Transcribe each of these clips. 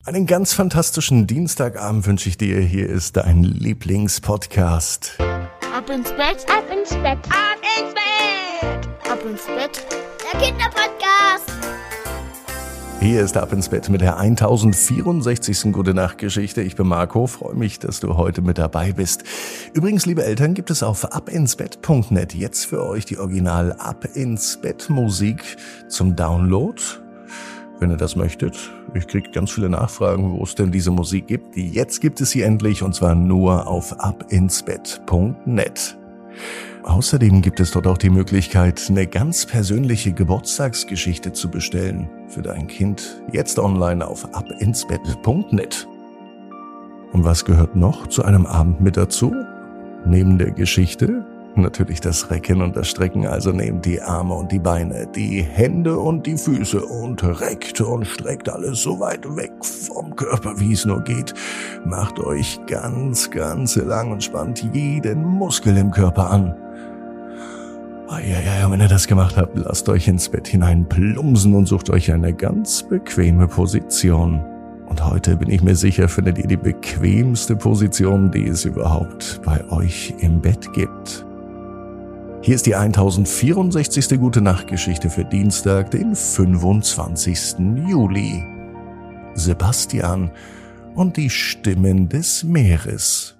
Einen ganz fantastischen Dienstagabend wünsche ich dir. Hier ist dein Lieblingspodcast. Ab ins Bett, ab ins Bett, ab ins Bett, ab ins Bett, der Kinderpodcast. Hier ist Ab ins Bett mit der 1064. Gute-Nacht-Geschichte. Ich bin Marco, freue mich, dass du heute mit dabei bist. Übrigens, liebe Eltern, gibt es auf abinsbett.net jetzt für euch die Original Ab ins Bett Musik zum Download. Wenn ihr das möchtet, ich kriege ganz viele Nachfragen, wo es denn diese Musik gibt. Jetzt gibt es sie endlich und zwar nur auf abinsbett.net. Außerdem gibt es dort auch die Möglichkeit, eine ganz persönliche Geburtstagsgeschichte zu bestellen für dein Kind. Jetzt online auf abinsbett.net. Und was gehört noch zu einem Abend mit dazu? Neben der Geschichte natürlich das Recken und das Strecken, also nehmt die Arme und die Beine, die Hände und die Füße und reckt und streckt alles so weit weg vom Körper, wie es nur geht. Macht euch ganz lang und spannt jeden Muskel im Körper an. Wenn ihr das gemacht habt, lasst euch ins Bett hinein plumpsen und sucht euch eine ganz bequeme Position. Und heute bin ich mir sicher, findet ihr die bequemste Position, die es überhaupt bei euch im Bett gibt. Hier ist die 1064. Gute-Nacht-Geschichte für Dienstag, den 25. Juli. Sebastian und die Stimmen des Meeres.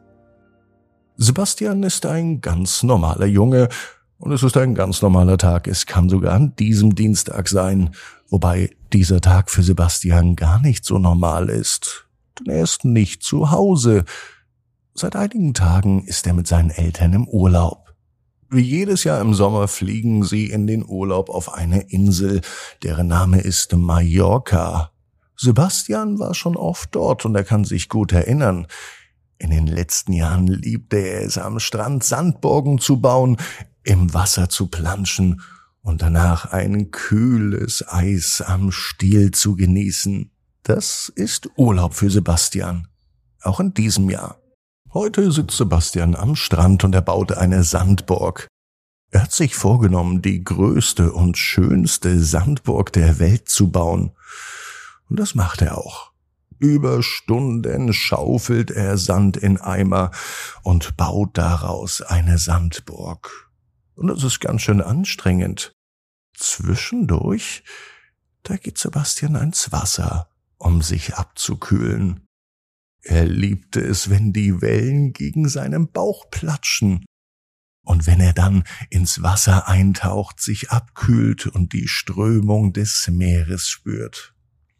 Sebastian ist ein ganz normaler Junge und es ist ein ganz normaler Tag. Es kann sogar an diesem Dienstag sein, wobei dieser Tag für Sebastian gar nicht so normal ist. Denn er ist nicht zu Hause. Seit einigen Tagen ist er mit seinen Eltern im Urlaub. Wie jedes Jahr im Sommer fliegen sie in den Urlaub auf eine Insel, deren Name ist Mallorca. Sebastian war schon oft dort und er kann sich gut erinnern. In den letzten Jahren liebte er es, am Strand Sandburgen zu bauen, im Wasser zu planschen und danach ein kühles Eis am Stiel zu genießen. Das ist Urlaub für Sebastian, auch in diesem Jahr. Heute sitzt Sebastian am Strand und er baut eine Sandburg. Er hat sich vorgenommen, die größte und schönste Sandburg der Welt zu bauen. Und das macht er auch. Über Stunden schaufelt er Sand in Eimer und baut daraus eine Sandburg. Und das ist ganz schön anstrengend. Zwischendurch, da geht Sebastian ans Wasser, um sich abzukühlen. Er liebte es, wenn die Wellen gegen seinen Bauch platschen. Und wenn er dann ins Wasser eintaucht, sich abkühlt und die Strömung des Meeres spürt.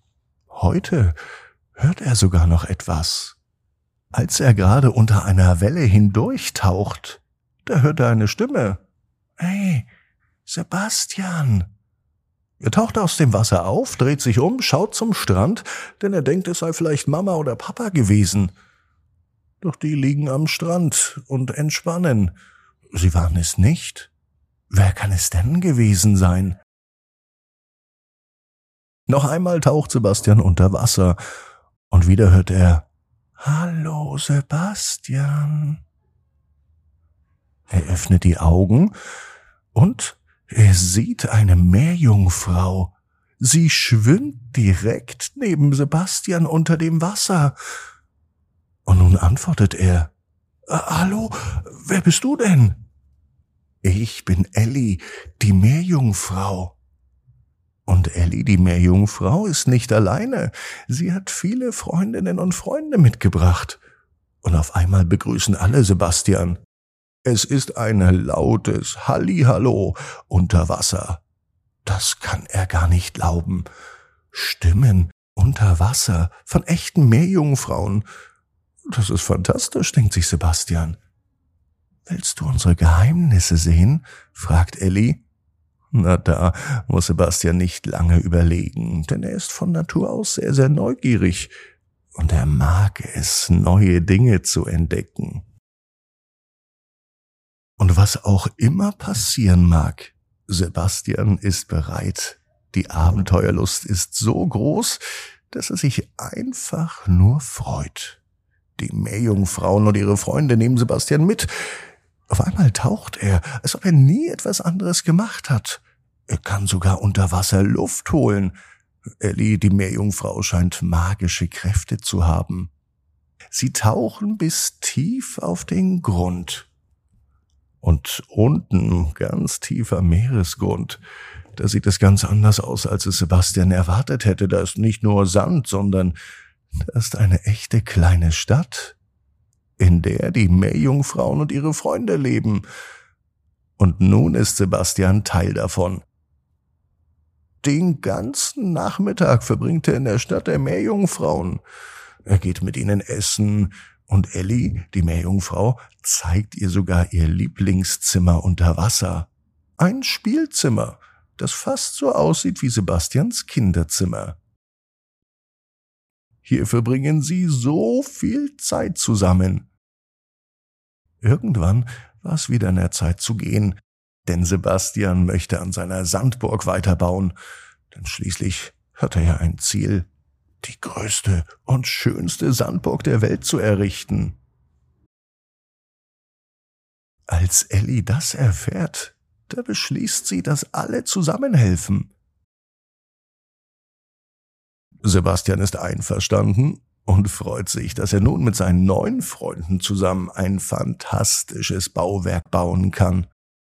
Heute hört er sogar noch etwas. Als er gerade unter einer Welle hindurchtaucht, da hört er eine Stimme. »Hey, Sebastian!« Er taucht aus dem Wasser auf, dreht sich um, schaut zum Strand, denn er denkt, es sei vielleicht Mama oder Papa gewesen. Doch die liegen am Strand und entspannen. Sie waren es nicht. Wer kann es denn gewesen sein? Noch einmal taucht Sebastian unter Wasser und wieder hört er, »Hallo, Sebastian!« Er öffnet die Augen und er sieht eine Meerjungfrau. Sie schwimmt direkt neben Sebastian unter dem Wasser. Und nun antwortet er, »Hallo, wer bist du denn?« »Ich bin Elli, die Meerjungfrau.« Und Elli, die Meerjungfrau, ist nicht alleine. Sie hat viele Freundinnen und Freunde mitgebracht. Und auf einmal begrüßen alle Sebastian. Es ist ein lautes Hallihallo unter Wasser. Das kann er gar nicht glauben. Stimmen unter Wasser von echten Meerjungfrauen. Das ist fantastisch, denkt sich Sebastian. »Willst du unsere Geheimnisse sehen?« fragt Elli. Na, da muss Sebastian nicht lange überlegen, denn er ist von Natur aus sehr, sehr neugierig und er mag es, neue Dinge zu entdecken. Und was auch immer passieren mag, Sebastian ist bereit. Die Abenteuerlust ist so groß, dass er sich einfach nur freut. Die Meerjungfrauen und ihre Freunde nehmen Sebastian mit. Auf einmal taucht er, als ob er nie etwas anderes gemacht hat. Er kann sogar unter Wasser Luft holen. Ellie, die Meerjungfrau, scheint magische Kräfte zu haben. Sie tauchen bis tief auf den Grund. Und unten, ganz tief am Meeresgrund, da sieht es ganz anders aus, als es Sebastian erwartet hätte. Da ist nicht nur Sand, sondern da ist eine echte kleine Stadt, in der die Meerjungfrauen und ihre Freunde leben. Und nun ist Sebastian Teil davon. Den ganzen Nachmittag verbringt er in der Stadt der Meerjungfrauen. Er geht mit ihnen essen und Ellie, die Meerjungfrau, zeigt ihr sogar ihr Lieblingszimmer unter Wasser. Ein Spielzimmer, das fast so aussieht wie Sebastians Kinderzimmer. Hier verbringen sie so viel Zeit zusammen. Irgendwann war es wieder an der Zeit zu gehen, denn Sebastian möchte an seiner Sandburg weiterbauen, denn schließlich hat er ja ein Ziel, die größte und schönste Sandburg der Welt zu errichten. Als Ellie das erfährt, da beschließt sie, dass alle zusammenhelfen. Sebastian ist einverstanden und freut sich, dass er nun mit seinen neuen Freunden zusammen ein fantastisches Bauwerk bauen kann.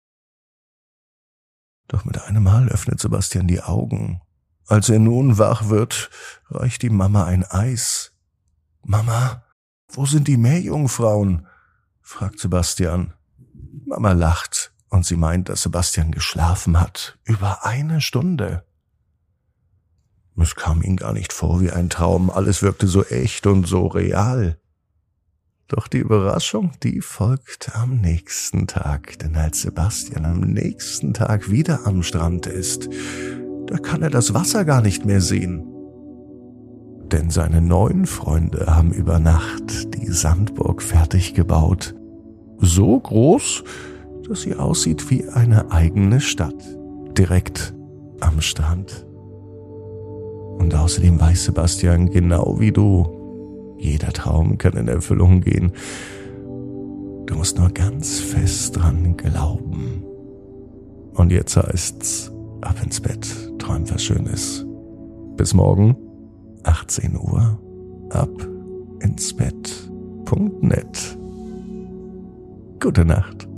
Doch mit einem Mal öffnet Sebastian die Augen. Als er nun wach wird, reicht die Mama ein Eis. »Mama, wo sind die Meerjungfrauen?« fragt Sebastian. Mama lacht und sie meint, dass Sebastian geschlafen hat, über 1 Stunde. Es kam ihm gar nicht vor wie ein Traum, alles wirkte so echt und so real. Doch die Überraschung, die folgt am nächsten Tag, denn als Sebastian am nächsten Tag wieder am Strand ist, da kann er das Wasser gar nicht mehr sehen. Denn seine neuen Freunde haben über Nacht die Sandburg fertig gebaut. So groß, dass sie aussieht wie eine eigene Stadt, direkt am Strand. Und außerdem weiß Sebastian, genau wie du, jeder Traum kann in Erfüllung gehen. Du musst nur ganz fest dran glauben. Und jetzt heißt's, ab ins Bett, träum was Schönes. Bis morgen, 18 Uhr, abinsbett.net. Gute Nacht.